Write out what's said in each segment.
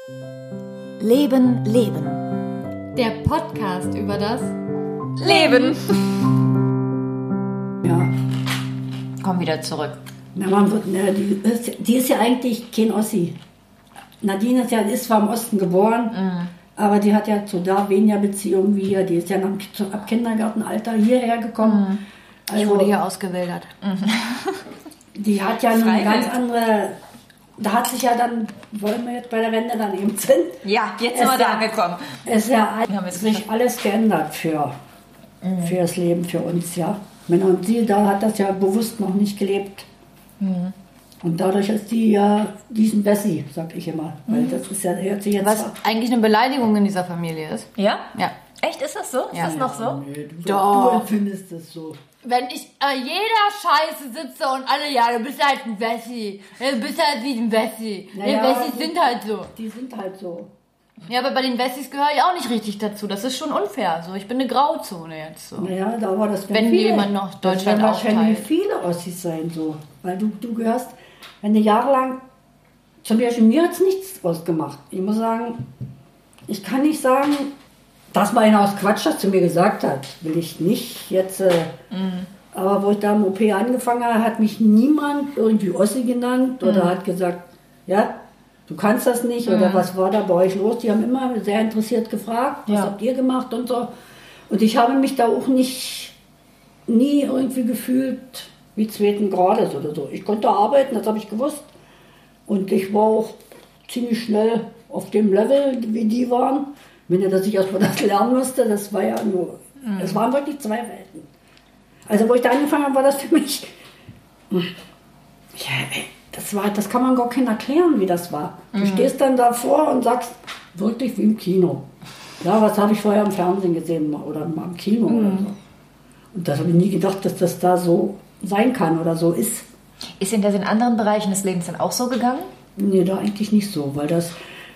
Leben, Leben. Der Podcast über das Leben. Ja. Komm wieder zurück. Na, die ist ja eigentlich kein Ossi. Nadine ist zwar im Osten geboren, aber die hat ja zu da weniger Beziehung wie hier. Die ist ja ab Kindergartenalter hierher gekommen. Ich wurde hier ausgewildert. Die hat ja eine ganz andere... Da hat sich ja dann, wollen wir jetzt bei der Wende dann eben sind? Ja, jetzt sind wir da angekommen. Es ist ja sich alles geändert für das Leben, für uns, ja. Und sie da hat das ja bewusst noch nicht gelebt. Mhm. Und dadurch ist die ja diesen Bessie, sag ich immer. Weil das ist ja, hört sich jetzt... Was eigentlich eine Beleidigung in dieser Familie ist. Ja? Ja. Echt, ist das so? Ist das noch so? Nee, du Doch. empfindest das so. Wenn ich jeder Scheiße sitze und alle, ja, du bist halt ein Bessie. Du bist halt wie ein Bessie. Naja, die Bessies sind halt so. Die sind halt so. Ja, aber bei den Bessies gehöre ich auch nicht richtig dazu. Das ist schon unfair. So, ich bin eine Grauzone jetzt so. Naja, aber das Wenn jemand noch Deutschland das werden wahrscheinlich aufteilt. viele Ossis sein so. Weil du gehörst, wenn du jahrelang... Zum Beispiel mir hat es nichts ausgemacht. Ich muss sagen, ich kann nicht sagen... Das war einer aus Quatsch, das zu mir gesagt hat, will ich nicht jetzt. Aber wo ich da im OP angefangen habe, hat mich niemand irgendwie Ossi genannt oder hat gesagt, ja, du kannst das nicht oder was war da bei euch los? Die haben immer sehr interessiert gefragt, was habt ihr gemacht und so. Und ich habe mich da auch nie irgendwie gefühlt wie zweiten Grades oder so. Ich konnte arbeiten, das habe ich gewusst. Und ich war auch ziemlich schnell auf dem Level, wie die waren. Wenn dass ich erstmal das lernen musste, das war ja nur, es waren wirklich zwei Welten. Also wo ich da angefangen habe, war das für mich, das kann man gar keinem erklären, wie das war. Du stehst dann davor und sagst, wirklich wie im Kino. Ja, was habe ich vorher im Fernsehen gesehen oder mal im Kino oder so. Und das habe ich nie gedacht, dass das da so sein kann oder so ist. Ist Ihnen das in anderen Bereichen des Lebens dann auch so gegangen? Nee, da eigentlich nicht so, weil das...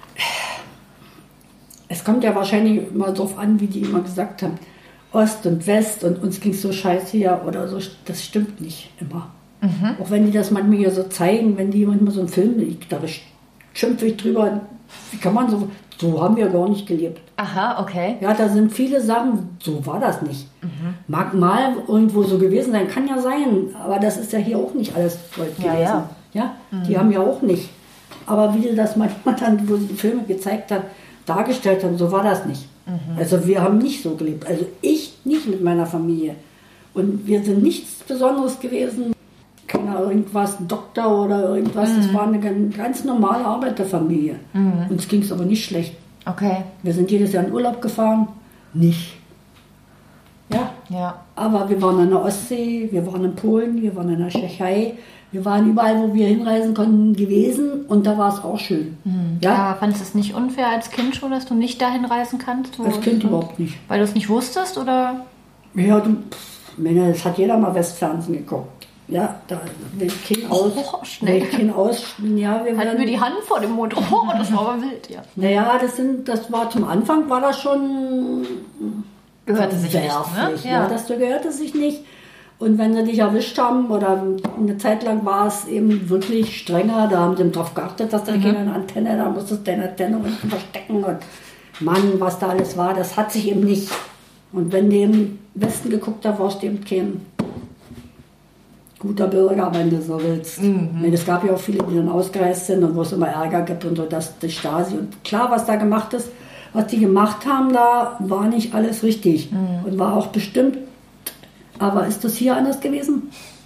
Es kommt ja wahrscheinlich immer darauf an, wie die immer gesagt haben, Ost und West und uns ging es so scheiße hier oder so. Das stimmt nicht immer. Auch wenn die das manchmal hier so zeigen, wenn die manchmal so einen Film, da schimpfe ich drüber, wie kann man so haben wir gar nicht gelebt. Aha, okay. Ja, da sind viele Sachen, so war das nicht. Mag mal irgendwo so gewesen sein, kann ja sein, aber das ist ja hier auch nicht alles Gold gewesen. Ja, die haben ja auch nicht. Aber wie die das manchmal dann, wo sie die Filme gezeigt haben, dargestellt haben, so war das nicht. Also wir haben nicht so gelebt. Also ich nicht mit meiner Familie. Und wir sind nichts Besonderes gewesen. Keiner irgendwas, ein Doktor oder irgendwas. Das war eine ganz normale Arbeiterfamilie. Uns ging es aber nicht schlecht. Okay. Wir sind jedes Jahr in Urlaub gefahren. Nicht. Ja. Aber wir waren an der Ostsee, wir waren in Polen, wir waren in der Tschechei. Wir waren überall, wo wir hinreisen konnten, gewesen und da war es auch schön. Ja, fandest du es nicht unfair als Kind schon, dass du nicht dahin reisen kannst? Als Kind überhaupt nicht. Weil du es nicht wusstest, oder? Ja, das hat jeder mal Westfernsehen geguckt. Ja, da will kein ja, wir Hatten wir die Hand vor dem Mund. Oh, das war aber wild, ja. Naja, das war zum Anfang, war das schon... Gehörte sich nicht, ne? Ja, das gehörte sich nicht. Und wenn sie dich erwischt haben, oder eine Zeit lang war es eben wirklich strenger, da haben sie darauf geachtet, dass da keine Antenne, da musstest du deine Antenne unten verstecken und Mann, was da alles war, das hat sich eben nicht. Und wenn du im Westen geguckt hast, warst du eben kein guter Bürger, wenn du so willst. Es gab ja auch viele, die dann ausgereist sind und wo es immer Ärger gibt und so, dass die Stasi und klar, was da gemacht ist, was die gemacht haben da, war nicht alles richtig und war auch bestimmt. Aber ist das hier anders gewesen?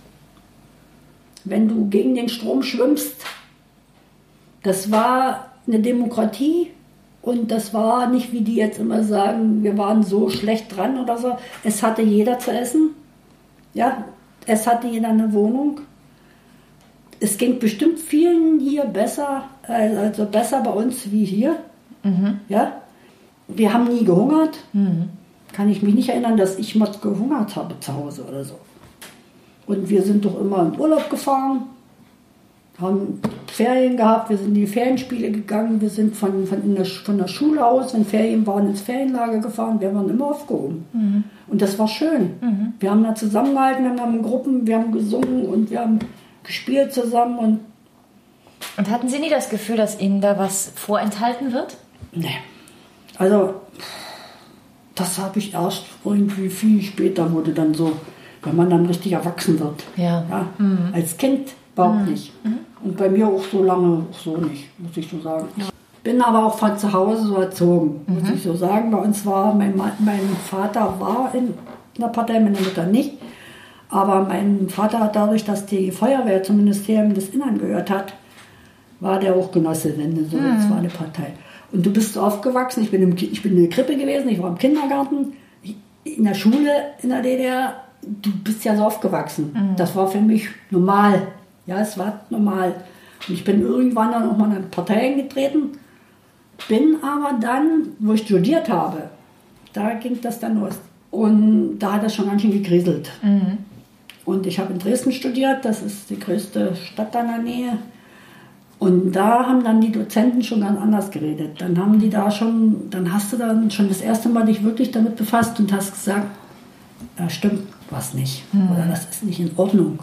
Wenn du gegen den Strom schwimmst, das war eine Demokratie und das war nicht, wie die jetzt immer sagen, wir waren so schlecht dran oder so. Es hatte jeder zu essen. Ja, es hatte jeder eine Wohnung. Es ging bestimmt vielen hier besser, also besser bei uns wie hier. Ja, wir haben nie gehungert. Kann ich mich nicht erinnern, dass ich mal gehungert habe zu Hause oder so. Und wir sind doch immer in Urlaub gefahren, haben Ferien gehabt, wir sind in die Ferienspiele gegangen, wir sind von der Schule aus, wenn Ferien waren, ins Ferienlager gefahren, wir waren immer aufgehoben. Und das war schön. Wir haben da zusammengehalten, wir haben Gruppen, wir haben gesungen und wir haben gespielt zusammen und Und hatten Sie nie das Gefühl, dass Ihnen da was vorenthalten wird? Nee. Also, das habe ich erst irgendwie viel später, wurde dann so, wenn man dann richtig erwachsen wird. Ja. Als Kind überhaupt nicht. Und bei mir auch so lange auch so nicht, muss ich so sagen. Ich bin aber auch von zu Hause so erzogen, muss ich so sagen. Bei uns war, mein Vater war in der Partei, meine Mutter nicht. Aber mein Vater hat dadurch, dass die Feuerwehr zum Ministerium des Innern gehört hat, war der auch Genosse, wenn du so willst, war eine Partei. Und du bist so aufgewachsen, ich bin in der Krippe gewesen, ich war im Kindergarten, in der Schule in der DDR, du bist ja so aufgewachsen. Das war für mich normal. Ja, es war normal. Und ich bin irgendwann dann auch mal in eine Partei eingetreten, bin aber dann, wo ich studiert habe, da ging das dann los. Und da hat es schon ganz schön gekriselt. Und ich habe in Dresden studiert, das ist die größte Stadt da in der Nähe. Und da haben dann die Dozenten schon ganz anders geredet. Dann hast du dann schon das erste Mal dich wirklich damit befasst und hast gesagt, da stimmt was nicht. Oder das ist nicht in Ordnung.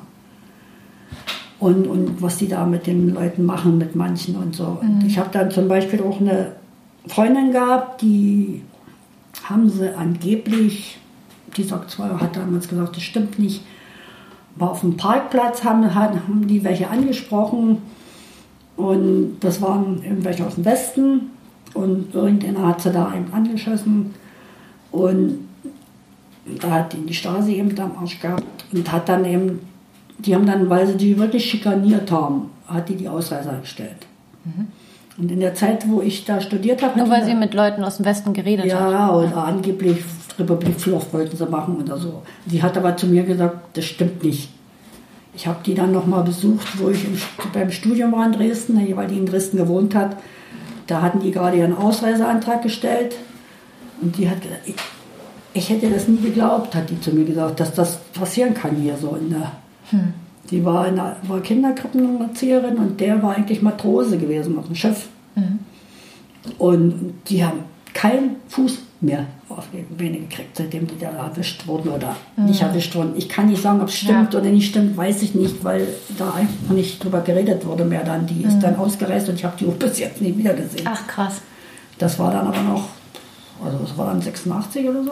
Und was die da mit den Leuten machen, mit manchen und so. Und ich habe dann zum Beispiel auch eine Freundin gehabt, die haben sie angeblich, die sagt zwar, hat damals gesagt, das stimmt nicht, war auf dem Parkplatz, haben die welche angesprochen und das waren irgendwelche aus dem Westen und irgendeiner hat sie da eben angeschossen und da hat die Stasi eben am Arsch gehabt und hat dann eben, die haben dann, weil sie die wirklich schikaniert haben, hat die Ausreise gestellt. Und in der Zeit, wo ich da studiert habe... Nur weil sie mit Leuten aus dem Westen geredet hat. Ja, oder angeblich Republikflucht wollten sie machen oder so. Die hat aber zu mir gesagt, das stimmt nicht. Ich habe die dann nochmal besucht, wo ich beim Studium war in Dresden, weil die in Dresden gewohnt hat. Da hatten die gerade ihren Ausreiseantrag gestellt. Und die hat gesagt, ich hätte das nie geglaubt, hat die zu mir gesagt, dass das passieren kann hier so in der... Die war Kinderkrippenerzieherin und der war eigentlich Matrose gewesen auf dem Schiff. Und die haben keinen Fuß mehr auf die Beine gekriegt, seitdem die da erwischt wurden oder nicht erwischt wurden. Ich kann nicht sagen, ob es stimmt oder nicht stimmt, weiß ich nicht, weil da einfach nicht drüber geredet wurde mehr dann. Die ist dann ausgereist und ich habe die auch bis jetzt nie wieder gesehen. Ach, krass. Das war dann aber noch, also das war dann 86 oder so.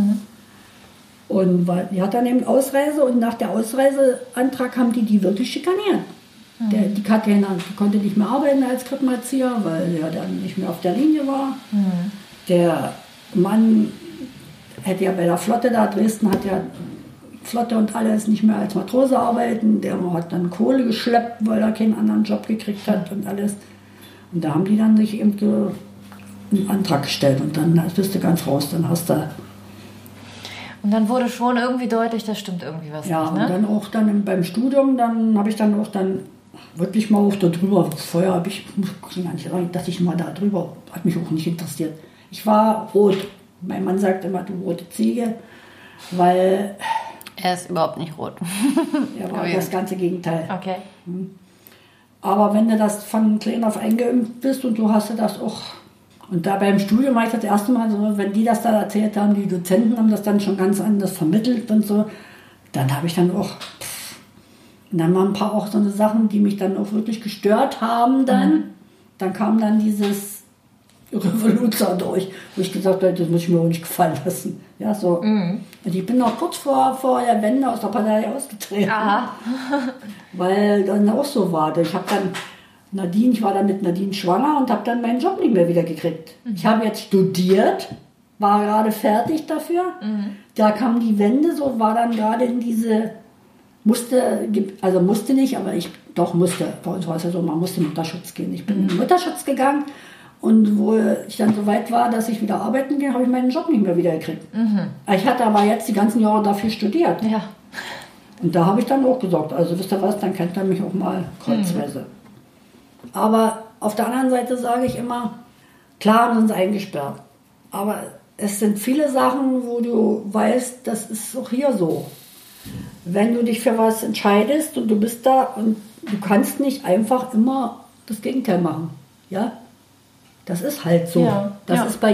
Und die hat dann eben Ausreise und nach der Ausreiseantrag haben die wirklich schikaniert. Die Katja, die konnte nicht mehr arbeiten als Krippenerzieher, weil er dann nicht mehr auf der Linie war. Der Mann hätte ja bei der Flotte da, Dresden hat ja Flotte und alles, nicht mehr als Matrose arbeiten. Der hat dann Kohle geschleppt, weil er keinen anderen Job gekriegt hat und alles. Und da haben die dann sich eben einen Antrag gestellt und dann bist du ganz raus, dann hast du... Und dann wurde schon irgendwie deutlich, das stimmt irgendwie was ja, nicht, ne? Und dann auch dann beim Studium, dann habe ich dann auch dann wirklich mal auch da drüber, vorher habe ich, muss ich gar nicht sagen, dass ich mal da drüber, hat mich auch nicht interessiert. Ich war rot. Mein Mann sagt immer, du rote Ziege, weil... Er ist überhaupt nicht rot. Er war das ganze Gegenteil. Okay. Aber wenn du das von klein auf eingeimpft bist und du hast das auch... Und da beim Studium war ich das erste Mal so, wenn die das da erzählt haben, die Dozenten haben das dann schon ganz anders vermittelt und so, dann habe ich dann auch... Und dann waren ein paar auch so eine Sachen, die mich dann auch wirklich gestört haben dann. Dann kam dann dieses Revolution durch, wo ich gesagt habe, das muss ich mir auch nicht gefallen lassen. Ja, so. Und ich bin noch kurz vor der Wende aus der Partei ausgetreten. Aha. Weil dann auch so war. Ich habe dann ich war dann mit Nadine schwanger und habe dann meinen Job nicht mehr wieder gekriegt. Ich habe jetzt studiert, war gerade fertig dafür. Da kam die Wende, so war dann gerade in diese... musste nicht, aber musste. Bei uns war es ja so, man musste in Mutterschutz gehen. Ich bin in den Mutterschutz gegangen und wo ich dann so weit war, dass ich wieder arbeiten ging, habe ich meinen Job nicht mehr wieder gekriegt. Ich hatte aber jetzt die ganzen Jahre dafür studiert. Ja. Und da habe ich dann auch gesagt, also wisst ihr was, dann kennt er mich auch mal kreuzweise. Aber auf der anderen Seite sage ich immer, klar sind sie eingesperrt. Aber es sind viele Sachen, wo du weißt, das ist auch hier so. Wenn du dich für was entscheidest und du bist da und du kannst nicht einfach immer das Gegenteil machen. Ja? Das ist halt so. Ja, das ist bei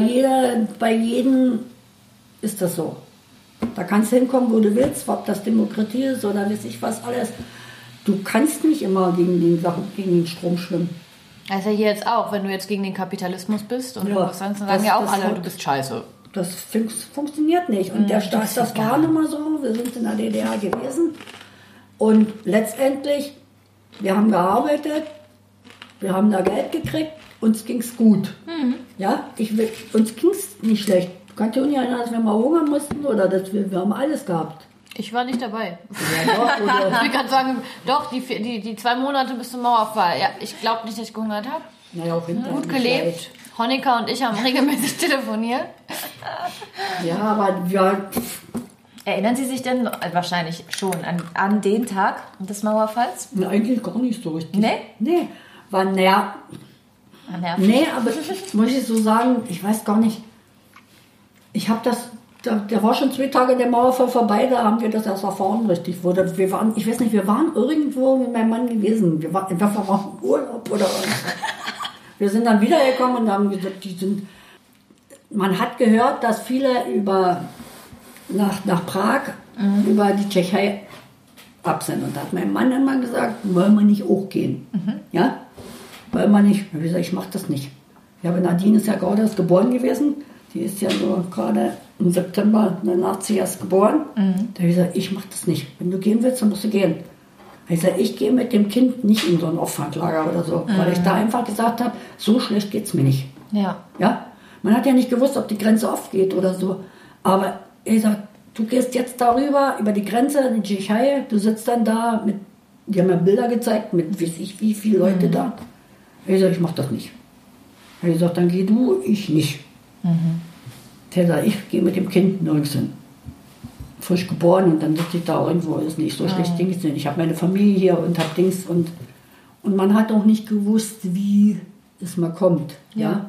jedem ist das so. Da kannst du hinkommen, wo du willst, ob das Demokratie ist oder weiß ich was alles. du kannst nicht immer gegen den Strom schwimmen. Das ist ja hier jetzt auch, wenn du jetzt gegen den Kapitalismus bist und Ja, was sonst, dann sagen ja auch alle, du bist scheiße. Das funktioniert nicht. Und der Staat, das war nun mal so. Wir sind in der DDR gewesen. Und letztendlich, wir haben gearbeitet, wir haben da Geld gekriegt, uns ging es gut. Ja, uns ging es nicht schlecht. Du kannst dich nicht erinnern, dass wir mal hungern mussten oder dass wir haben alles gehabt. Ich war nicht dabei. Ja, doch, oder? Ich will gerade sagen, doch, die 2 Monate bis zum Mauerfall. Ja, ich glaube nicht, dass ich gehungert habe. Naja, auch hinterher Gut nicht gelebt. schlecht. Honecker und ich haben regelmäßig telefoniert. Ja, aber ja, Erinnern Sie sich denn wahrscheinlich schon an den Tag des Mauerfalls? eigentlich gar nicht so richtig. Nee? Nee, war naja. Nee, aber muss ich so sagen, ich weiß gar nicht. Ich habe das, der war schon 2 Tage der Mauerfall vorbei, da haben wir das erst erfahren, richtig. Wir waren, ich weiß nicht, wir waren irgendwo mit meinem Mann gewesen. Wir waren im Urlaub oder irgendwas. Wir sind dann wiedergekommen und haben gesagt, man hat gehört, dass viele nach Prag über die Tschechei ab sind. Und da hat mein Mann immer gesagt, wollen wir nicht hochgehen. Ja? Wollen wir nicht. Ich habe gesagt, ich mache das nicht. Ja, aber Nadine ist ja gerade erst geboren gewesen. Die ist ja nur gerade im September 89 erst geboren. Da habe ich gesagt, ich mache das nicht. Wenn du gehen willst, dann musst du gehen. Ich sage, ich gehe mit dem Kind nicht in so ein Auffanglager oder so, weil ich da einfach gesagt habe, so schlecht geht es mir nicht. Ja. Ja? Man hat ja nicht gewusst, ob die Grenze aufgeht oder so. Aber ich sage, du gehst jetzt darüber, über die Grenze in die Tschechei, du sitzt dann da, die haben ja Bilder gezeigt, mit weiß ich wie viele Leute da. Ich sage, ich mache das nicht. Ich sage, dann geh du, ich nicht. Der sagt, ich gehe mit dem Kind nirgends hin. Frisch geboren und dann sitze ich da irgendwo, ist nicht so schlecht, Dings nicht. Ich habe meine Familie hier und habe Dings und man hat auch nicht gewusst, wie es mal kommt. Ja.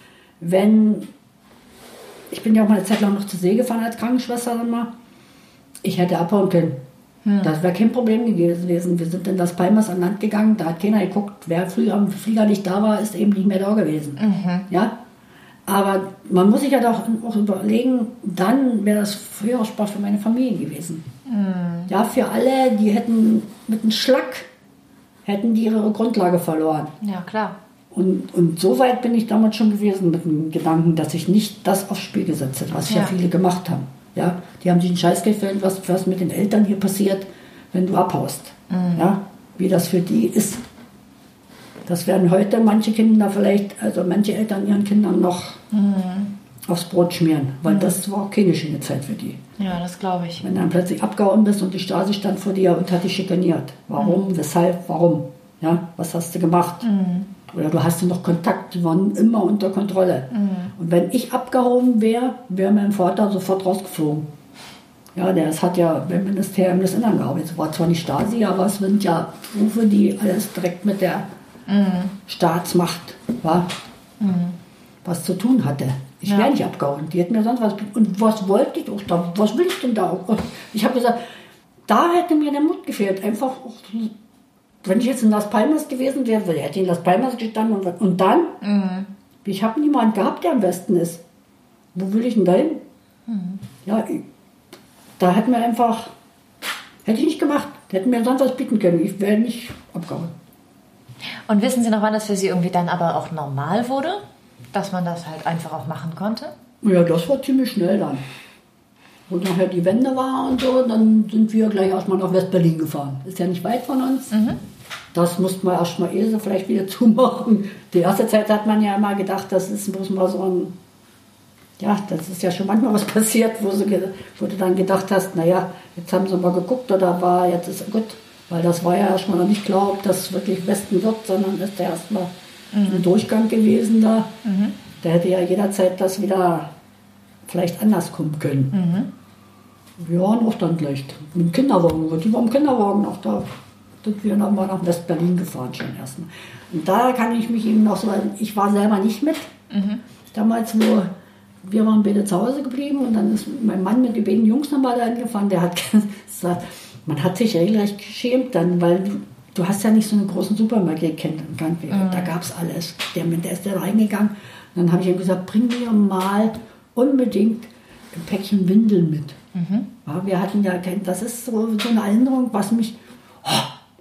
Ich bin ja auch mal eine Zeit lang noch zur See gefahren als Krankenschwester dann mal. Ich hätte abhauen können. Das wäre kein Problem gewesen. Wir sind in Las Palmas an Land gegangen, da hat keiner geguckt. Wer früher am Flieger nicht da war, ist eben nicht mehr da gewesen. Ja? Aber man muss sich ja doch auch überlegen, dann wäre das früher Spaß für meine Familie gewesen. Ja, für alle, die hätten mit einem Schlag hätten die ihre Grundlage verloren. Ja, klar. Und so weit bin ich damals schon gewesen mit dem Gedanken, dass ich nicht das aufs Spiel gesetzt hätte, was ja viele gemacht haben. Ja, die haben sich einen Scheiß gefällt, was mit den Eltern hier passiert, wenn du abhaust. Ja, wie das für die ist. Das werden heute manche Kinder vielleicht, also manche Eltern ihren Kindern noch aufs Brot schmieren, weil das war auch keine schöne Zeit für die. Ja, das glaube ich. Wenn du dann plötzlich abgehauen bist und die Stasi stand vor dir und hat dich schikaniert. Warum, weshalb, warum? Ja, was hast du gemacht? Oder du hast noch Kontakt, die waren immer unter Kontrolle. Und wenn ich abgehauen wäre, wäre mein Vater sofort rausgeflogen. Ja, der hat ja beim Ministerium des Innern gearbeitet. Es war zwar nicht Stasi, aber es sind ja Berufe, die alles direkt mit der Staatsmacht was zu tun hatte. Ich wäre nicht abgehauen. Die hätten mir sonst was... Und was wollte ich auch da? Was will ich denn da auch? Ich habe gesagt, da hätte mir der Mut gefehlt. Einfach... Wenn ich jetzt in Las Palmas gewesen wäre, hätte ich in Las Palmas gestanden und dann, ich habe niemanden gehabt, der am besten ist. Wo will ich denn da hin? Ja, da hätten wir einfach, hätte ich nicht gemacht, hätten mir sonst was bieten können. Ich wäre nicht abgehauen. Und wissen Sie noch, wann das für Sie irgendwie dann aber auch normal wurde? Dass man das halt einfach auch machen konnte? Ja, das war ziemlich schnell dann. Wo nachher die Wende war und so, dann sind wir gleich erstmal nach West-Berlin gefahren. Ist ja nicht weit von uns. Das mussten wir erstmal so vielleicht wieder zumachen. Die erste Zeit hat man ja immer gedacht, das ist bloß mal so ein... Ja, das ist ja schon manchmal was passiert, wo du dann gedacht hast, naja, jetzt haben sie mal geguckt oder war, jetzt ist gut. Weil das war ja erstmal noch nicht klar, ob das wirklich Westen wird, sondern ist ja erstmal ein Durchgang gewesen da. Da hätte ja jederzeit das wieder vielleicht anders kommen können. Wir waren auch dann gleich mit dem Kinderwagen. Die waren im Kinderwagen auch da. Sind wir nochmal nach West-Berlin gefahren schon erstmal. Und da kann ich mich eben noch so, ich war selber nicht mit. Damals, wo wir waren beide zu Hause geblieben und dann ist mein Mann mit den beiden Jungs nochmal dahin gefahren. Der hat gesagt, man hat sich regelrecht geschämt dann, weil du hast ja nicht so einen großen Supermarkt gekannt. Da gab es alles. Der ist da reingegangen. Und dann habe ich ihm gesagt, bring mir mal unbedingt ein Päckchen Windeln mit. Ja, wir hatten ja, das ist so eine Erinnerung, was mich,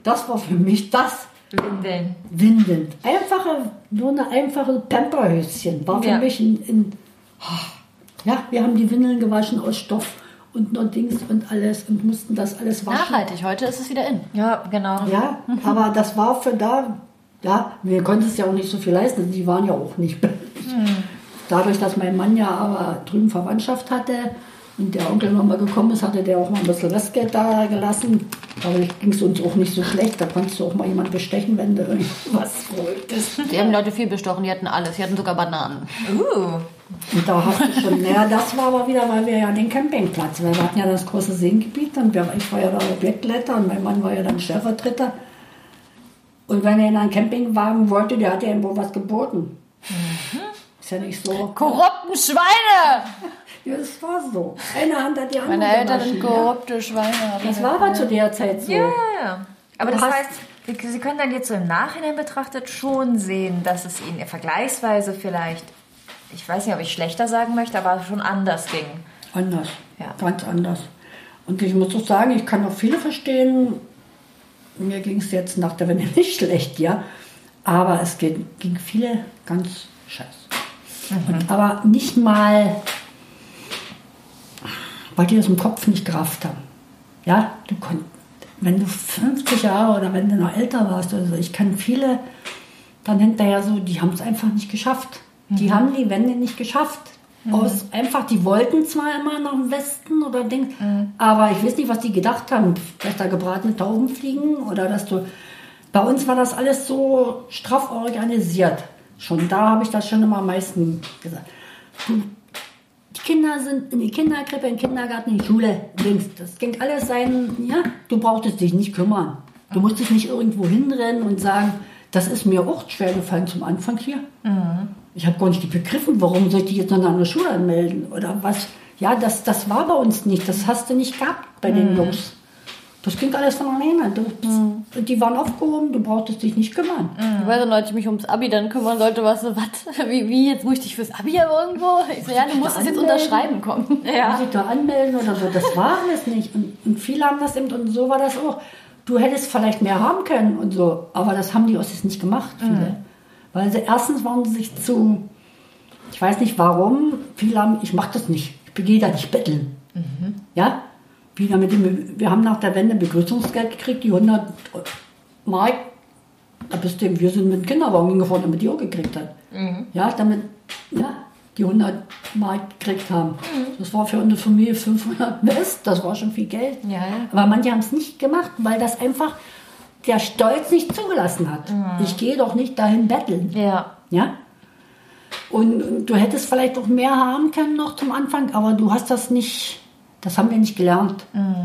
Das war für mich das. Windeln. Windeln. Nur eine einfache Pamperhöschen. War für mich ja, wir haben die Windeln gewaschen aus Stoff und nur Dings und alles und mussten das alles waschen. Nachhaltig, heute ist es wieder in. Ja, genau. Ja, aber das war für da, ja, wir konnten es ja auch nicht so viel leisten, die waren ja auch nicht billig. Dadurch, dass mein Mann ja aber drüben Verwandtschaft hatte und der Onkel nochmal gekommen ist, hatte der auch mal ein bisschen Restgeld da gelassen. Aber ging es uns auch nicht so schlecht, da konntest du auch mal jemanden bestechen, wenn du irgendwas wolltest. Die haben Leute viel bestochen, die hatten alles, die hatten sogar Bananen. Und da hast du schon, naja, das war aber wieder, weil wir ja den Campingplatz, wir hatten ja das große Seengebiet und ich war ja der Objektleiter und mein Mann war ja dann Stellvertreter. Und wenn er in einen Campingwagen wollte, der hat ja irgendwo was geboten. Ist ja nicht so. Korrupten Schweine! Ja, das war so. Eine Hand hat die andere Meine Eltern gewaschen, sind korrupte Schweine. Das war aber zu der Zeit so. Ja. Aber Du das hast- heißt, Sie können dann jetzt so im Nachhinein betrachtet schon sehen, dass es Ihnen vergleichsweise vielleicht, ich weiß nicht, ob ich schlechter sagen möchte, aber schon anders ging. Anders. Ja. Ganz anders. Und ich muss auch sagen, ich kann auch viele verstehen. Mir ging es jetzt nach der Wende nicht schlecht, ja. Aber es ging viele ganz scheiße. Aber nicht mal, weil die das im Kopf nicht gerafft haben. Ja, wenn du 50 Jahre oder wenn du noch älter warst oder so, ich kann viele dann hinterher so, die haben es einfach nicht geschafft. Die haben die Wende nicht geschafft. Die wollten zwar immer nach dem Westen oder Ding, aber ich weiß nicht, was die gedacht haben, dass da gebratene Tauben fliegen oder dass du. Bei uns war das alles so straff organisiert. Schon da habe ich das schon immer am meisten gesagt. Die Kinder sind in die Kinderkrippe, in den Kindergarten, in die Schule, links. Das ging alles sein, ja, du brauchtest dich nicht kümmern. Du musstest nicht irgendwo hinrennen und sagen, das ist mir auch schwer gefallen zum Anfang hier. Ich habe gar nicht begriffen, warum soll ich die jetzt noch an der Schule anmelden oder was. Ja, das war bei uns nicht, das hast du nicht gehabt bei den Jungs. Das ging alles von alleine. Die waren aufgehoben, du brauchtest dich nicht kümmern. Ich weiß noch, als ich mich ums Abi dann kümmern sollte, was so, was? Wie, jetzt muss ich dich fürs Abi irgendwo? Ich so, ja, du musst das jetzt unterschreiben kommen. Muss ich da anmelden oder so, das war alles nicht. Und viele haben das eben, und so war das auch. Du hättest vielleicht mehr haben können und so, aber das haben die Ossis nicht gemacht, viele. Weil sie erstens waren sie sich zu, ich weiß nicht warum, viele haben, ich mache das nicht, ich gehe da nicht betteln. Ja? Wieder wir haben nach der Wende Begrüßungsgeld gekriegt, die 100 Mark, wir sind mit dem Kinderwagen gefahren, damit die auch gekriegt hat. Ja, damit, die 100 Mark gekriegt haben. Das war für unsere Familie 500 West, das war schon viel Geld. Ja. Aber manche haben es nicht gemacht, weil das einfach der Stolz nicht zugelassen hat. Ich gehe doch nicht dahin betteln. Ja. Ja? Und du hättest vielleicht auch mehr haben können noch zum Anfang, aber du hast das nicht, das haben wir nicht gelernt.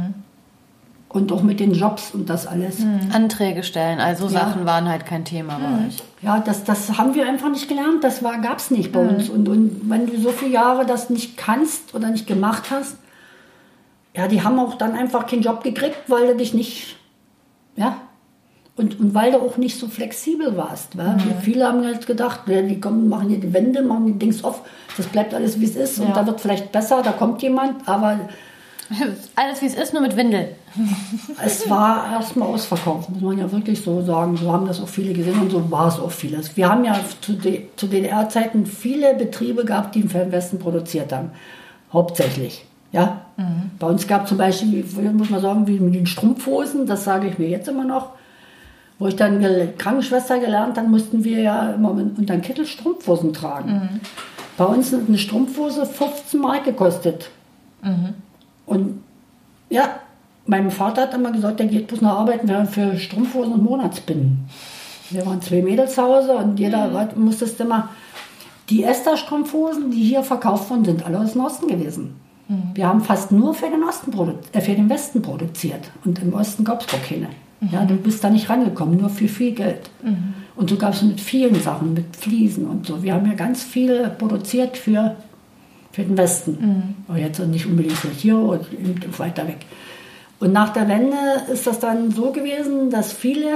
Und auch mit den Jobs und das alles. Anträge stellen, also Ja. Sachen waren halt kein Thema bei euch. Ja, das haben wir einfach nicht gelernt, das gab es nicht bei uns. Und wenn du so viele Jahre das nicht kannst oder nicht gemacht hast, ja, die haben auch dann einfach keinen Job gekriegt, weil du dich nicht, ja, und weil du auch nicht so flexibel warst. Wa? Viele haben halt gedacht, ja, die kommen, machen hier die Wände, machen die Dings auf, das bleibt alles wie es ist und da wird vielleicht besser, da kommt jemand, aber Alles wie es ist, nur mit Windeln. es war erstmal ausverkauft, muss man ja wirklich so sagen. So haben das auch viele gesehen und so war es auch vieles. Wir haben ja zu DDR-Zeiten viele Betriebe gehabt, die für den Westen produziert haben. Hauptsächlich. Ja? Bei uns gab es zum Beispiel, muss man sagen, wie mit den Strumpfhosen, das sage ich mir jetzt immer noch. Wo ich dann Krankenschwester gelernt, dann mussten wir ja immer unter den Kittel Strumpfhosen tragen. Bei uns hat eine Strumpfhose 15 Mark gekostet. Und ja, mein Vater hat immer gesagt, der geht bloß nach arbeiten, wir haben für Strumpfhosen und Monatsbinden. Wir waren 2 Mädels zu Hause und jeder musstest immer, die Esther-Strumpfhosen, die hier verkauft wurden, sind alle aus dem Osten gewesen. Wir haben fast nur für den Westen produziert und im Osten gab es gar keine. Ja, du bist da nicht rangekommen, nur für viel Geld. Und so gab es mit vielen Sachen, mit Fliesen und so. Wir haben ja ganz viel produziert für den Westen. Aber jetzt nicht unbedingt für hier oder weiter weg. Und nach der Wende ist das dann so gewesen, dass viele,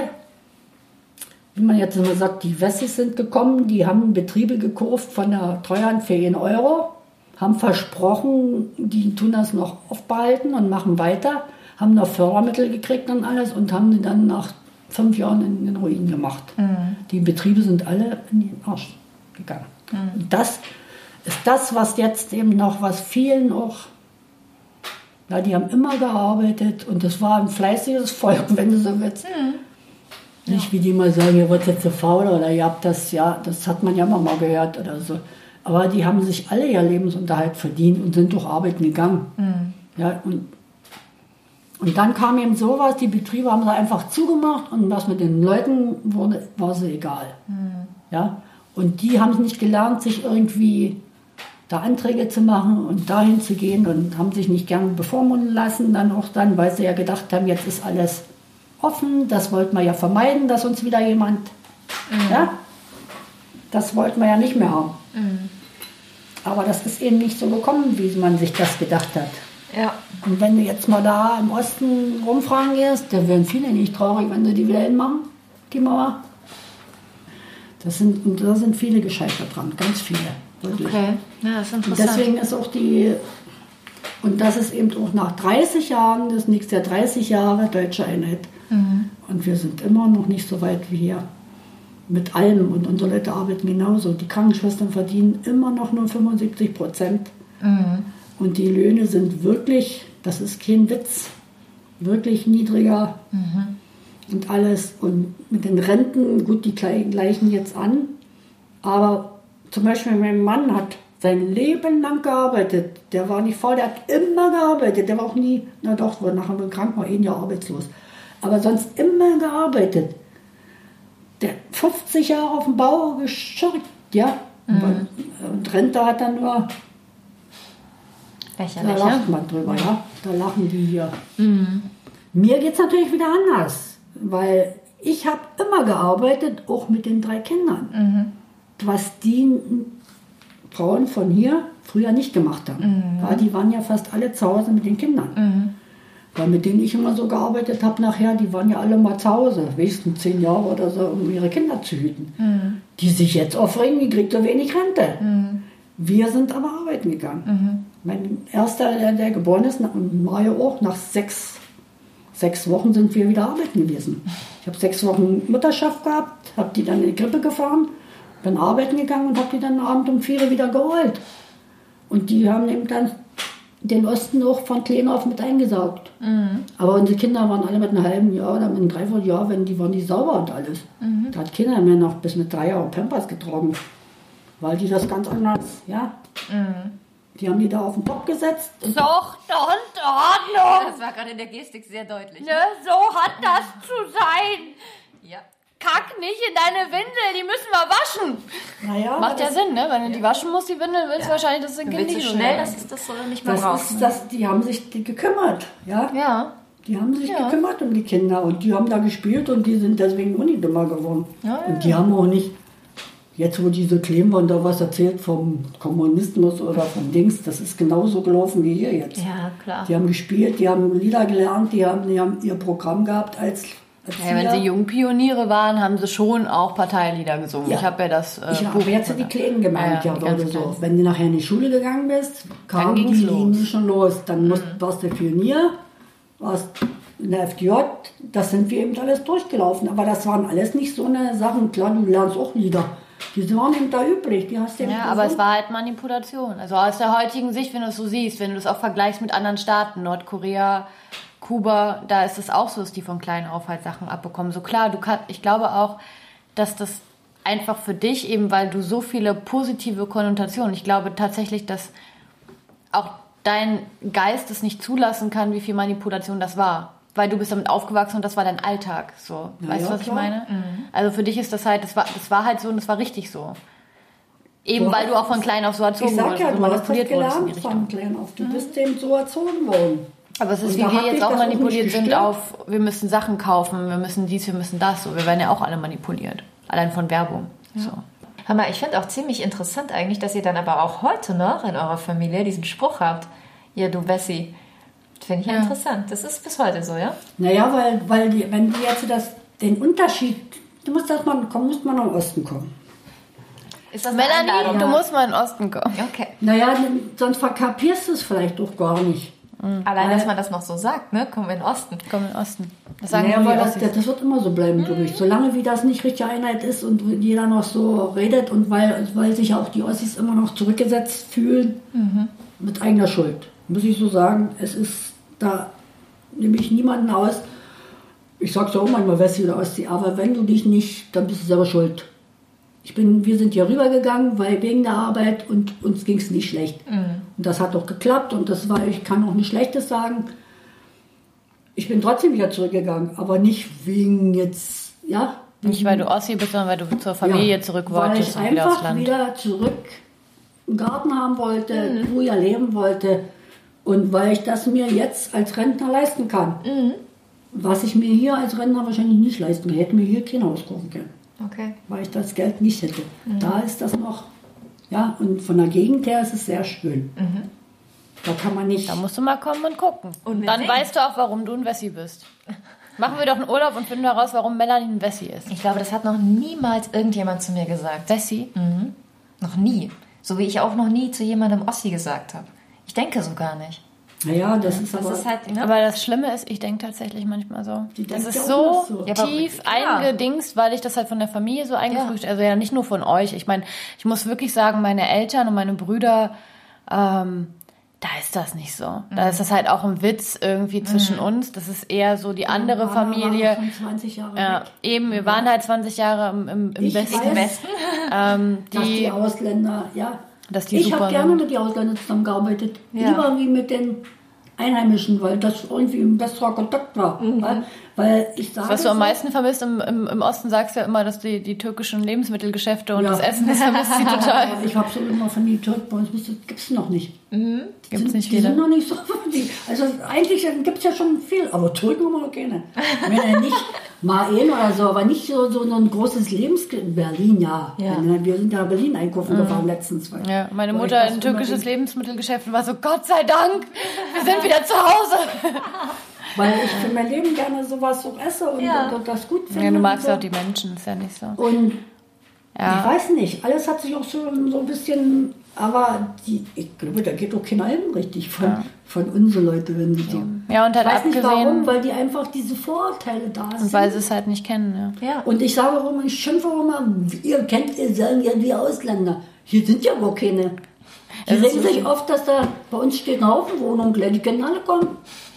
wie man jetzt immer sagt, die Wessis sind gekommen, die haben Betriebe gekauft von der Treuhand für 1 Euro, haben versprochen, die tun das noch aufbehalten und machen weiter, haben noch Fördermittel gekriegt und alles und haben dann nach 5 Jahren in den Ruin gemacht. Die Betriebe sind alle in den Arsch gegangen. Und das ist das, was jetzt eben noch, was vielen auch, ja, die haben immer gearbeitet und das war ein fleißiges Volk, wenn du so willst. Nicht wie die mal sagen, ihr wird jetzt so faul oder ihr habt das, ja, das hat man ja immer mal gehört oder so. Aber die haben sich alle ihr Lebensunterhalt verdient und sind durch Arbeiten gegangen. Ja, und dann kam eben sowas, die Betriebe haben sie einfach zugemacht und was mit den Leuten wurde, war sie egal. Ja? Und die haben nicht gelernt, sich irgendwie da Anträge zu machen und dahin zu gehen und haben sich nicht gern bevormunden lassen, weil sie ja gedacht haben, jetzt ist alles offen, das wollten wir ja vermeiden, dass uns wieder jemand, ja, das wollten wir ja nicht mehr haben. Aber das ist eben nicht so gekommen, wie man sich das gedacht hat. Ja. Und wenn du jetzt mal da im Osten rumfragen gehst, da wären viele nicht traurig, wenn sie die wieder hinmachen, die Mauer. Da sind viele gescheitert dran, ganz viele. Wirklich. Okay, ja, das ist Und interessant. deswegen ist auch und das ist eben auch nach 30 Jahren, das nächste Jahr 30 Jahre deutsche Einheit. Und wir sind immer noch nicht so weit wie hier. Mit allem. Und unsere Leute arbeiten genauso. Die Krankenschwestern verdienen immer noch nur 75%. Und die Löhne sind wirklich, das ist kein Witz, wirklich niedriger. Und alles. Und mit den Renten, gut, die gleichen jetzt an. Aber zum Beispiel mein Mann hat sein Leben lang gearbeitet. Der war nicht faul, der hat immer gearbeitet. Der war auch nie, na doch, war nachher krank, war 1 Jahr arbeitslos. Aber sonst immer gearbeitet. Der 50 Jahre auf dem Bau geschürgt, ja. Und Rente hat dann nur, Lächerlich, da lacht man drüber, ja. Da lachen die hier. Mir geht es natürlich wieder anders, weil ich habe immer gearbeitet, auch mit den 3 Kindern. Was die Frauen von hier früher nicht gemacht haben. Ja, die waren ja fast alle zu Hause mit den Kindern. Weil mit denen ich immer so gearbeitet habe nachher, die waren ja alle mal zu Hause, wenigstens 10 Jahre oder so, um ihre Kinder zu hüten. Die sich jetzt aufregen, die kriegt so wenig Rente. Wir sind aber arbeiten gegangen. Mein erster, der geboren ist, und Mario auch, nach 6 Wochen sind wir wieder arbeiten gewesen. Ich habe 6 Wochen Mutterschaft gehabt, habe die dann in die Krippe gefahren, bin arbeiten gegangen und habe die dann abends um 4 Uhr wieder geholt. Und die haben eben dann den Osten auch von klein auf mit eingesaugt. Aber unsere Kinder waren alle mit einem halben Jahr oder mit einem Dreivierteljahr, die waren nicht sauber und alles. Da hat Kinder mehr noch bis mit 3 Jahren Pampers getragen. Weil die das ganz anders, ja. Die haben die da auf den Kopf gesetzt. Zucht und Ordnung. Das war gerade in der Gestik sehr deutlich. Ne, so hat das zu sein. Ja. Kack nicht in deine Windel, die müssen wir waschen. Naja, Macht ja Sinn, ne? Wenn du die waschen musst, die Windel, willst du wahrscheinlich, dass es ein Du Kind willst nicht so so schnell, dass es das so nicht mehr das braucht. ist das, die haben sich gekümmert, ja. Ja. Die haben sich gekümmert um die Kinder und die haben da gespielt und die sind deswegen auch nicht dümmer geworden. Und die haben auch nicht, jetzt wo diese kleben und da was erzählt vom Kommunismus oder vom Dings, das ist genauso gelaufen wie hier jetzt. Ja, klar. Die haben gespielt, die haben Lieder gelernt, die haben ihr Programm gehabt als Ja, wenn sie Jungpioniere waren, haben sie schon auch Parteilieder gesungen. Ja. Ich habe ja das Ich habe jetzt die Kleinen gemeint, Ja, ja, die oder ganz so. Kleinen. Wenn du nachher in die Schule gegangen bist, kam die ging's los. Linie schon los. Dann warst du Pionier, warst in der FDJ, das sind wir eben alles durchgelaufen. Aber das waren alles nicht so eine Sachen. Klar, du lernst auch Lieder. Die waren eben da übrig. Die hast du eben Ja, aber es war halt Manipulation. Also aus der heutigen Sicht, wenn du es so siehst, wenn du es auch vergleichst mit anderen Staaten, Nordkorea, Kuba, da ist es auch so, dass die von klein auf halt Sachen abbekommen. So klar, ich glaube auch, dass das einfach für dich eben, weil du so viele positive Konnotationen, ich glaube tatsächlich, dass auch dein Geist es nicht zulassen kann, wie viel Manipulation das war. Weil du bist damit aufgewachsen und das war dein Alltag. So. Ja, Weißt du, ja, was ich klar. meine? Also für dich ist das halt, das war halt so und das war richtig so. Eben Du weil du hast- auch von klein auf so Ich erzogen sag wurdest, ja, so du hast das manipuliert wurdest in die gelernt Richtung. von klein auf. Du bist eben so erzogen worden. Aber es ist Und wie da wir hat dich jetzt auch das auch manipuliert nicht sind gestört? auf, wir müssen Sachen kaufen, wir müssen dies, wir müssen das. So. Wir werden ja auch alle manipuliert. Allein von Werbung. So. Hör mal, ich finde auch ziemlich interessant eigentlich, dass ihr dann aber auch heute noch in eurer Familie diesen Spruch habt. Ja, du Bessie. Finde ich ja interessant. Das ist bis heute so, ja? Naja, weil wenn du jetzt den Unterschied, musst man nach Osten kommen. Ist das eine Melanie, Einladung? du musst mal in den Osten kommen. Okay. Naja, sonst verkapierst du es vielleicht auch gar nicht. Allein, dass man das noch so sagt, ne? Komm in den Osten. Komm in den Osten. Das sagen Naja, nur weil die das Ossis. wird immer so bleiben, glaube ich. Solange wie das nicht richtige Einheit ist und jeder noch so redet und weil sich auch die Ossis immer noch zurückgesetzt fühlen, mit eigener Schuld. Muss ich so sagen, es ist, da nehme ich niemanden aus. Ich sag's ja auch manchmal Wessi oder Ossi, aber wenn du dich nicht, dann bist du selber schuld. Wir sind hier rübergegangen, weil wegen der Arbeit und uns ging es nicht schlecht. Und das hat doch geklappt und ich kann auch nichts Schlechtes sagen. Ich bin trotzdem wieder zurückgegangen, aber nicht wegen jetzt, ja. Nicht, weil du Ossi bist, sondern weil du zur Familie zurück wolltest weil ich und wieder aufs einfach Land. wieder zurück einen Garten haben wollte, ruhiger leben wollte und weil ich das mir jetzt als Rentner leisten kann. Was ich mir hier als Rentner wahrscheinlich nicht leisten kann. Ich hätte mir hier kein Haus kaufen können. Okay. Weil ich das Geld nicht hätte. Da ist das noch, ja, und von der Gegend her ist es sehr schön. Da kann man nicht. Da musst du mal kommen und gucken. Und dann singen. weißt du auch, warum du ein Wessi bist. Machen wir doch einen Urlaub und finden heraus, warum Melanie ein Wessi ist. Ich glaube, das hat noch niemals irgendjemand zu mir gesagt. Wessi? Noch nie. So wie ich auch noch nie zu jemandem Ossi gesagt habe. Ich denke so gar nicht. Naja, das ist Das aber. ist halt, ne? Aber das Schlimme ist, ich denke tatsächlich manchmal so. Die Das denkt ist ja auch so noch so. Ja, aber tief klar. eingedingst, weil ich das halt von der Familie so eingefrühstückt, also ja nicht nur von euch. Ich meine, ich muss wirklich sagen, meine Eltern und meine Brüder, da ist das nicht so. Da ist das halt auch ein Witz irgendwie zwischen uns. Das ist eher so die andere Mama war Familie. schon 20 Jahre Ja, weg. eben, wir waren halt 20 Jahre im Ich Westen. weiß, dass die Die, Ausländer, ja. dass die Ich super habe gerne sind. mit den Ausländern zusammengearbeitet. Ja. Lieber wie mit den Einheimischen, weil das irgendwie ein besserer Kontakt war. Weil ich sage Was du am so, meisten vermisst im Osten, sagst du ja immer, dass die türkischen Lebensmittelgeschäfte und Ja. das Essen, das vermisst sie total. Ich habe so immer von den Türken, bei uns gibt es noch nicht. Gibt's nicht Die viele. sind noch nicht so. Also eigentlich gibt es ja schon viel, aber Türken haben wir noch keine. Wenn er nicht Maen oder so, aber nicht so ein großes Berlin, ja. Ja. Wir sind ja nach Berlin einkaufen gefahren letztens. Ja, meine Weil Mutter ich in das ein türkisches unbedingt- Lebensmittelgeschäft und war so, Gott sei Dank, wir sind wieder zu Hause. Weil ich für mein Leben gerne sowas so esse und das gut finde. Ja, du magst und auch die Menschen, ist ja nicht so. Und Ja. ich weiß nicht, alles hat sich auch so ein bisschen, aber ich glaube, da geht doch keiner hin richtig von unseren Leuten, wenn sie so. Ja, und Ich halt weiß nicht warum, abgesehen, weil die einfach diese Vorurteile da sind. weil sie es halt nicht kennen. Ja. Ja. Und ich sage warum, ich schimpfe auch immer, ihr kennt ihr, sagen ja die Ausländer. Hier sind ja gar keine. Die Es ist regen sich oft, dass da bei uns steht ein Haufen Wohnungen, die können alle kommen.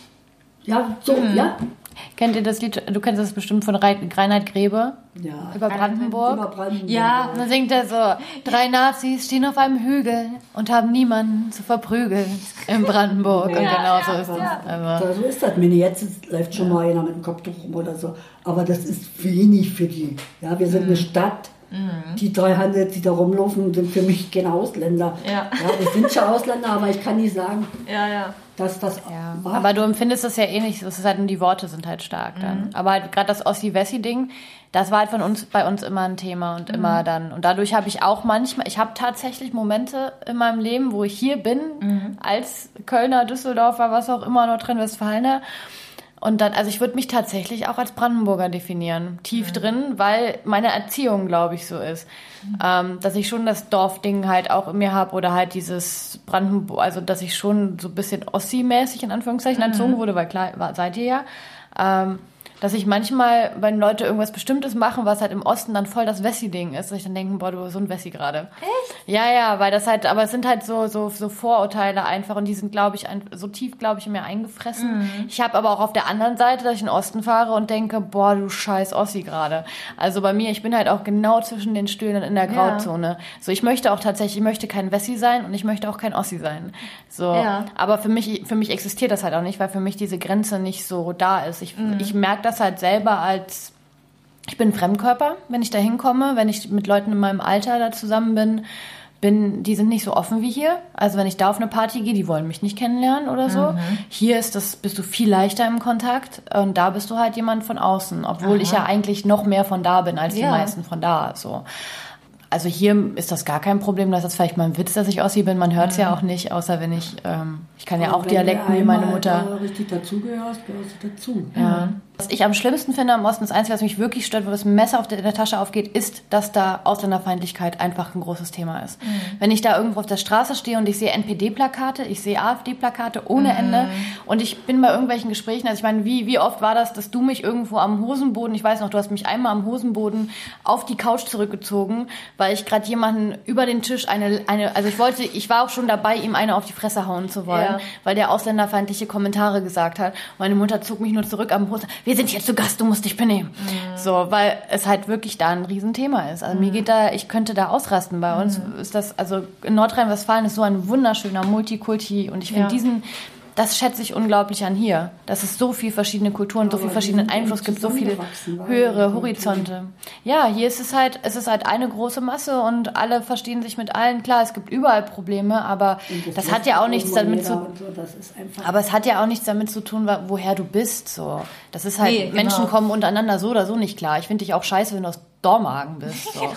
Ja, so, ja. Kennt ihr das Lied? Du kennst das bestimmt von Reinhard Grebe Ja. über Brandenburg. Über Brandenburg. Ja. Und dann singt er so, 3 Nazis stehen auf einem Hügel und haben niemanden zu verprügeln in Brandenburg. Und genau so ist es. Also, Ja, so ist das. Wenn jetzt läuft schon mal einer mit dem Kopftuch rum oder so. Aber das ist wenig für die. Ja, wir sind eine Stadt. Die 3 Handels, die da rumlaufen, sind für mich keine Ausländer. Ja. Wir sind schon Ausländer, aber ich kann nicht sagen, Ja. dass das war. aber du empfindest das ja eh nicht. Das ist halt, nur die Worte sind halt stark dann. Aber halt gerade das Ossi-Wessi-Ding, das war halt bei uns immer ein Thema und immer dann. Und dadurch habe ich auch ich habe tatsächlich Momente in meinem Leben, wo ich hier bin, als Kölner, Düsseldorfer, was auch immer, Nordrhein-Westfalener. Und dann, also ich würde mich tatsächlich auch als Brandenburger definieren, tief drin, weil meine Erziehung, glaube ich, so ist. Dass ich schon das Dorfding halt auch in mir habe oder halt dieses Brandenburg, also dass ich schon so ein bisschen Ossi-mäßig in Anführungszeichen erzogen wurde, weil klar, seid ihr ja. Dass ich manchmal, wenn Leute irgendwas Bestimmtes machen, was halt im Osten dann voll das Wessi-Ding ist, dass ich dann denke, boah, du bist so ein Wessi gerade. Echt? Ja, weil das halt, aber es sind halt so Vorurteile einfach und die sind, glaube ich, so tief, glaube ich, in mir eingefressen. Ich habe aber auch auf der anderen Seite, dass ich in den Osten fahre und denke, boah, du scheiß Ossi gerade. Also bei mir, ich bin halt auch genau zwischen den Stühlen in der Grauzone. So, ich möchte kein Wessi sein und ich möchte auch kein Ossi sein. So, aber für mich existiert das halt auch nicht, weil für mich diese Grenze nicht so da ist. Ich merke das halt selber ich bin Fremdkörper, wenn ich da hinkomme, wenn ich mit Leuten in meinem Alter da zusammen bin, die sind nicht so offen wie hier. Also wenn ich da auf eine Party gehe, die wollen mich nicht kennenlernen oder so. Hier bist du viel leichter im Kontakt und da bist du halt jemand von außen, obwohl ich ja eigentlich noch mehr von da bin als die meisten von da, so. Also hier ist das gar kein Problem. Das ist vielleicht mal ein Witz, dass ich Ossi bin. Man hört es ja auch nicht, außer wenn ich kann ja auch Dialekten wie meine Mutter. Wenn du richtig dazugehörst, gehörst du dazu. Ja. Was ich am schlimmsten finde am Osten, das Einzige, was mich wirklich stört, wo das Messer in der Tasche aufgeht, ist, dass da Ausländerfeindlichkeit einfach ein großes Thema ist. Wenn ich da irgendwo auf der Straße stehe und ich sehe NPD-Plakate, ich sehe AfD-Plakate ohne Ende und ich bin bei irgendwelchen Gesprächen, also ich meine, wie oft war das, dass du mich irgendwo am Hosenboden, ich weiß noch, du hast mich einmal am Hosenboden auf die Couch zurückgezogen, weil ich gerade jemanden über den Tisch also ich war auch schon dabei, ihm eine auf die Fresse hauen zu wollen, weil der ausländerfeindliche Kommentare gesagt hat. Meine Mutter zog mich nur zurück am Hosen. Wir sind hier zu Gast, du musst dich benehmen. So, weil es halt wirklich da ein Riesenthema ist. Also ich könnte da ausrasten. Bei uns ist das, also in Nordrhein-Westfalen ist so ein wunderschöner Multikulti und ich finde das schätze ich unglaublich an hier, dass es so viele verschiedene Kulturen, so viel verschiedenen Einfluss gibt, so viele höhere Horizonte. Ja, hier ist es halt eine große Masse und alle verstehen sich mit allen. Klar, es gibt überall Probleme, aber das hat ja auch nichts damit zu aber es hat ja auch nichts damit zu tun, woher du bist. So, das ist halt, Menschen kommen untereinander so oder so nicht klar. Ich finde dich auch scheiße, wenn du aus Dormagen bist. So.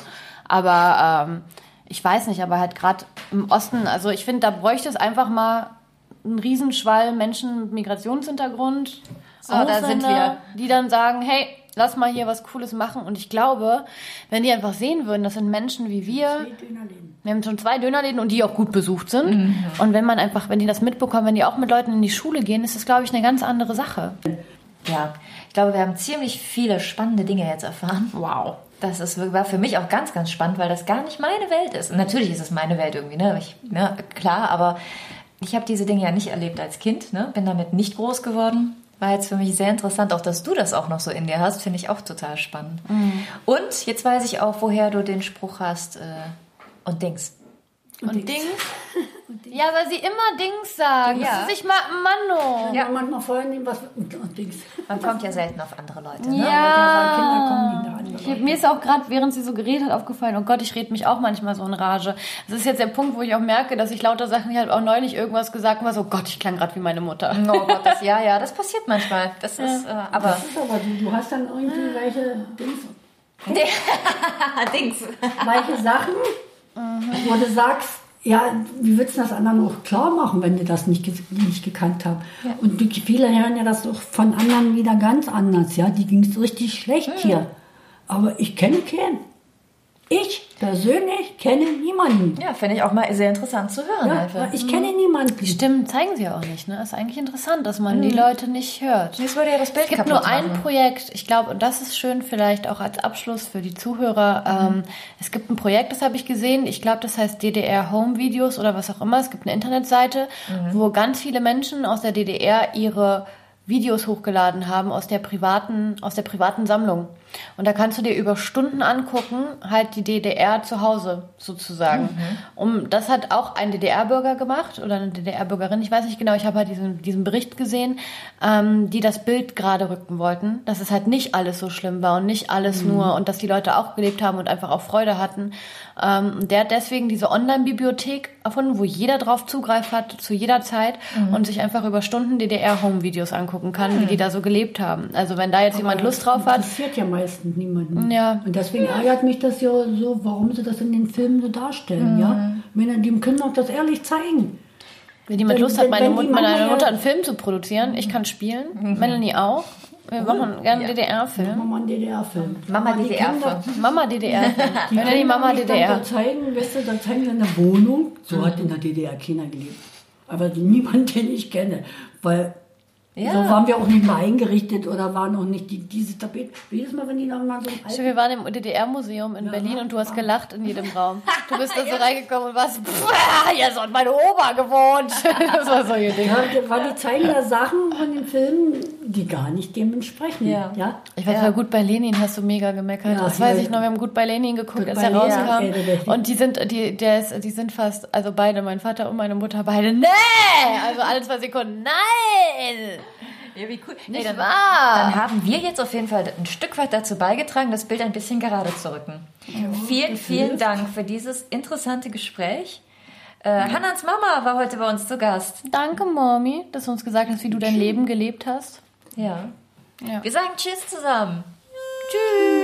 Aber ich weiß nicht, aber halt gerade im Osten, also ich finde, da bräuchte es einfach mal ein Riesenschwall Menschen mit Migrationshintergrund, da sind wir, die dann sagen, hey, lass mal hier was Cooles machen. Und ich glaube, wenn die einfach sehen würden, das sind Menschen wie wir. Wir haben schon 2 Dönerläden und die auch gut besucht sind. Und wenn die das mitbekommen, wenn die auch mit Leuten in die Schule gehen, ist das, glaube ich, eine ganz andere Sache. Ja, ich glaube, wir haben ziemlich viele spannende Dinge jetzt erfahren. Wow. War für mich auch ganz, ganz spannend, weil das gar nicht meine Welt ist. Und natürlich ist es meine Welt irgendwie, klar, aber ich habe diese Dinge ja nicht erlebt als Kind, bin damit nicht groß geworden. War jetzt für mich sehr interessant, auch dass du das auch noch so in dir hast, finde ich auch total spannend. Und jetzt weiß ich auch, woher du den Spruch hast, und Dings. Und Dings? Ja, weil sie immer Dings sagen. Ja. Das ist nicht mal Manno. Ja, manchmal vorher nehmen was und Dings. Man kommt ja selten auf andere Leute. Ne? Ja. Kinder kommen nicht da. Mir ist auch gerade, während sie so geredet hat, aufgefallen, oh Gott, ich rede mich auch manchmal so in Rage. Das ist jetzt der Punkt, wo ich auch merke, dass ich lauter Sachen, ich habe auch neulich irgendwas gesagt und war so, oh Gott, ich klang gerade wie meine Mutter. Oh Gott, das passiert manchmal. Das ist, aber... Das ist aber, du hast dann irgendwie welche Dings. Dings. Welche Sachen, wo du sagst, ja, wie würdest du das anderen auch klar machen, wenn du das nicht gekannt hast? Ja. Und viele hören ja das auch von anderen wieder ganz anders, ja. Die ging es richtig schlecht hier. Aber ich kenne keinen. Ich persönlich kenne niemanden. Ja, finde ich auch mal sehr interessant zu hören. Ja, einfach. Ich kenne niemanden. Die Stimmen zeigen sie auch nicht, ne? Ist eigentlich interessant, dass man die Leute nicht hört. Das würde ja das Bild Es gibt nur ein Projekt, ich glaube, und das ist schön vielleicht auch als Abschluss für die Zuhörer. Es gibt ein Projekt, das habe ich gesehen, ich glaube, das heißt DDR Home Videos oder was auch immer. Es gibt eine Internetseite, wo ganz viele Menschen aus der DDR ihre Videos hochgeladen haben aus der privaten Sammlung. Und da kannst du dir über Stunden angucken, halt die DDR zu Hause sozusagen. Das hat auch ein DDR-Bürger gemacht oder eine DDR-Bürgerin, ich weiß nicht genau, ich habe halt diesen Bericht gesehen, die das Bild gerade rücken wollten, dass es halt nicht alles so schlimm war und nicht alles nur und dass die Leute auch gelebt haben und einfach auch Freude hatten. Der hat deswegen diese Online-Bibliothek erfunden, wo jeder drauf Zugriff hat zu jeder Zeit und sich einfach über Stunden DDR-Home-Videos angucken kann, wie die da so gelebt haben. Also wenn da jetzt jemand Lust drauf hat. Das interessiert ja meistens niemanden. Ja. Und deswegen ärgert mich das ja so, warum sie das in den Filmen so darstellen. Ja? Die können doch das ehrlich zeigen. Wenn jemand Lust hat, meine Mutter einen Film zu produzieren, ich kann spielen, Melanie auch. Wir machen gerne einen DDR-Film. Mama einen DDR-Film. Mama DDR-Film. Mama DDR-Film. Melanie Mama DDR. Da zeigen wir eine Wohnung, so hat in der DDR keiner gelebt. Aber niemand, den ich kenne. Weil so waren wir auch nicht mal eingerichtet oder waren auch nicht diese Tapete. Jedes Mal, wenn die noch mal so wir waren im DDR-Museum in Berlin und du hast gelacht in jedem Raum. Du bist da so reingekommen und warst, hier hat meine Oma gewohnt. Das war so ihr Ding. Weil die zeigen da Sachen von den Filmen, die gar nicht dem entsprechen. Ja. Ich weiß, bei Gut bei Lenin hast du mega gemeckert. Ja, das weiß ich noch. Wir haben Gut bei Lenin geguckt, als er rauskam. Und die sind fast, also beide, mein Vater und meine Mutter, beide, nee! Also alle 2 Sekunden, nein! Ja, wie cool. Nicht wahr? Dann haben wir jetzt auf jeden Fall ein Stück weit dazu beigetragen, das Bild ein bisschen gerade zu rücken. Ja, vielen Dank für dieses interessante Gespräch. Hannans Mama war heute bei uns zu Gast. Danke, Mami, dass du uns gesagt hast, wie du dein Leben gelebt hast. Ja. Wir sagen Tschüss zusammen. Tschüss.